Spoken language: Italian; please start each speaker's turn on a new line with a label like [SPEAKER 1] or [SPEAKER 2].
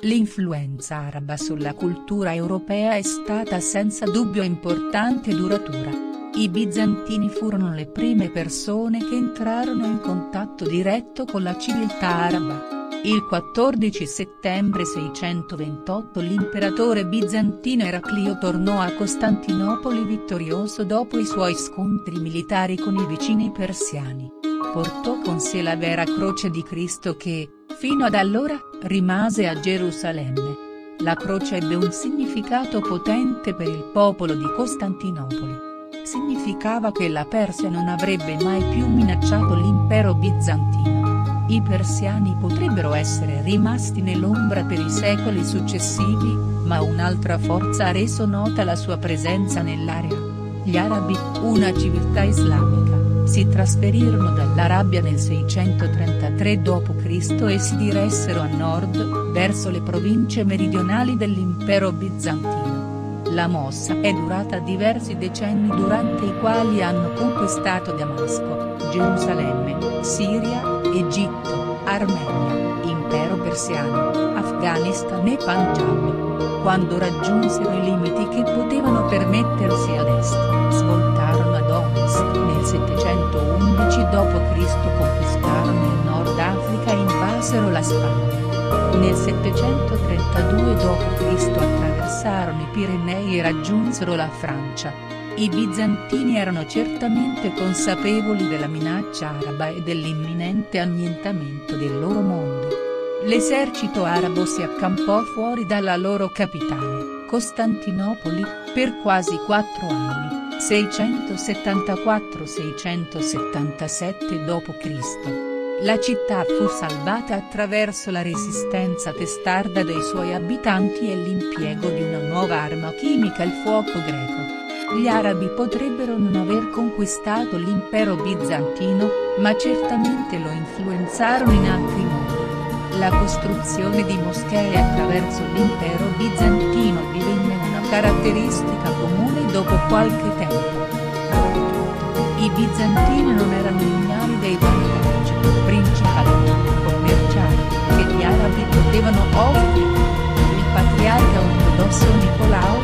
[SPEAKER 1] L'influenza araba sulla cultura europea è stata senza dubbio importante e duratura. I bizantini furono le prime persone che entrarono in contatto diretto con la civiltà araba. Il 14 settembre 628 l'imperatore bizantino Eraclio tornò a Costantinopoli vittorioso dopo i suoi scontri militari con i vicini persiani. Portò con sé la vera croce di Cristo che, fino ad allora, rimase a Gerusalemme. La croce ebbe un significato potente per il popolo di Costantinopoli. Significava che la Persia non avrebbe mai più minacciato l'impero bizantino. I persiani potrebbero essere rimasti nell'ombra per i secoli successivi, ma un'altra forza ha reso nota la sua presenza nell'area. Gli arabi, una civiltà islamica, si trasferirono dall'Arabia nel 633 d.C. e si diressero a nord, verso le province meridionali dell'impero bizantino. La mossa è durata diversi decenni durante i quali hanno conquistato Damasco, Gerusalemme, Siria, Egitto, Armenia, Impero persiano, Afghanistan e Punjab. Quando raggiunsero i limiti che potevano permettersi ad est, svoltarono ad ovest. Nel 711 d.C. conquistarono il Nord Africa e invasero la Spagna. Nel 732 d.C. attraversarono i Pirenei e raggiunsero la Francia. I bizantini erano certamente consapevoli della minaccia araba e dell'imminente annientamento del loro mondo. L'esercito arabo si accampò fuori dalla loro capitale, Costantinopoli, per quasi 4 anni, 674-677 d.C. La città fu salvata attraverso la resistenza testarda dei suoi abitanti e l'impiego di una nuova arma chimica, il fuoco greco. Gli arabi potrebbero non aver conquistato l'impero bizantino, ma certamente lo influenzarono in altri modi. La costruzione di moschee attraverso l'impero bizantino divenne una caratteristica comune dopo qualche tempo. I bizantini non erano ignari dei vantaggi, principalmente commerciali, che gli arabi potevano offrire. Il patriarca ortodosso Nicolao